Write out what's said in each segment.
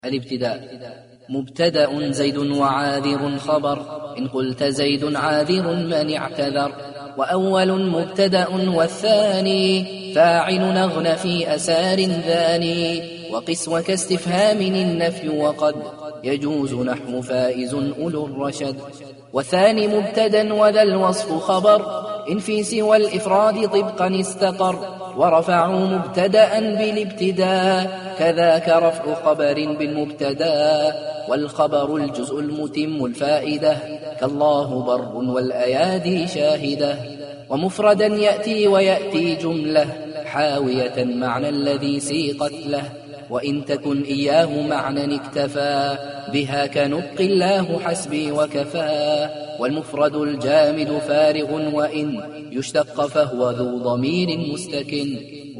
الابتداء. مبتدأ زيد وعاذر خبر، إن قلت زيد عاذر من اعتذر. وأول مبتدأ والثاني فاعل نغن في أسار ذاني. وقس وكاستفهام النفي وقد يجوز نحو فائز أولو الرشد. والثاني مبتدأ وذا الوصف خبر، إن في سوى الإفراد طبقا استقر. ورفعوا مبتدأ بالابتداء، كذاك رفع خبر بالمبتدأ. والخبر الجزء المتم الفائدة، كالله بر والأيادي شاهدة. ومفردا يأتي ويأتي جملة، حاوية معنى الذي سيقت له. وإن تكن إياه معنى اكتفى، بها كنطق الله حسبي وكفى. والمفرد الجامد فارغ، وإن يشتق فهو ذو ضمير مستكن.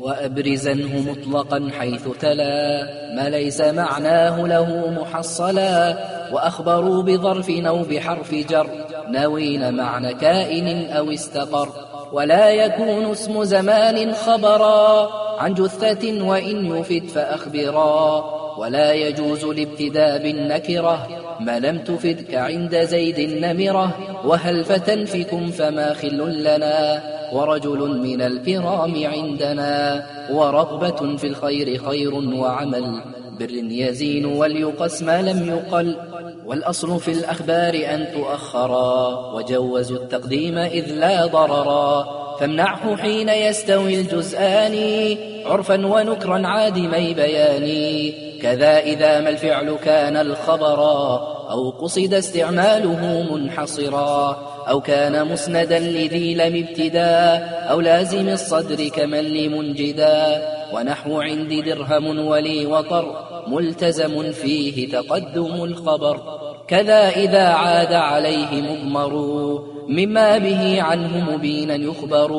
وأبرزنه مطلقا حيث تلا، ما ليس معناه له محصلا. وأخبروا بظرف أو بحرف جر، ناوين معنى كائن أو استقر. ولا يكون اسم زمان خبرا عن جثة، وإن يفد فأخبرا. ولا يجوز الابتداء بالنكرة، ما لم تفد كعند زيد النمرة. وهل فتنفكم فما خل لنا، ورجل من الكرام عندنا. ورغبة في الخير خير وعمل، بر يزين وليقس ما لم يقل. والأصل في الأخبار أن تؤخرا، وجوزوا التقديم إذ لا ضررا. فامنعه حين يستوي الجزآن، عرفا ونكرا عادمي بيان. كذا إذا ما الفعل كان الخبرا، أو قصد استعماله منحصرا. أو كان مسندا لذي لم ابتدا، أو لازم الصدر كمن لمنجدا. ونحو عندي درهم ولي وطر، ملتزم فيه تقدم الخبر. كذا إذا عاد عليه مضمر، مما به عنه مبينا يخبر.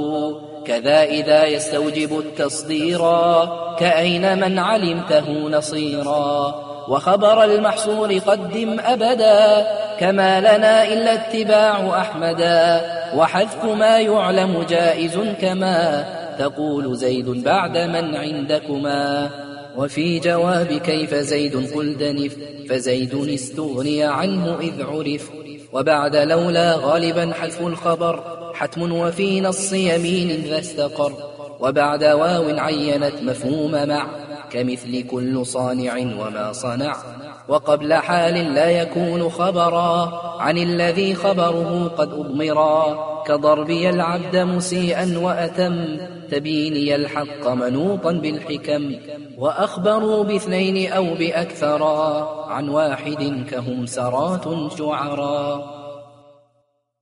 كذا إذا يستوجب التصديرا، كأين من علمته نصيرا. وخبر المحصور قدم أبدا، كما لنا إلا اتباع أحمدا. وحذف ما يعلم جائز، كما تقول زيد بعد من عندكما. وفي جواب كيف زيد قل دنف، فزيد استغني عنه إذ عرف. وبعد لولا غالبا حذف الخبر، حتم وفي نص يمين ذا استقر. وبعد واو عينت مفهوم مع، كمثل كل صانع وما صنع. وقبل حال لا يكون خبرا عن الذي خبره قد أضمرا، كضربي العبد مسيئا وأتم، تبيني الحق منوطا بالحكم. وأخبروا باثنين أو بأكثرا، عن واحد كهم سرات شعرا.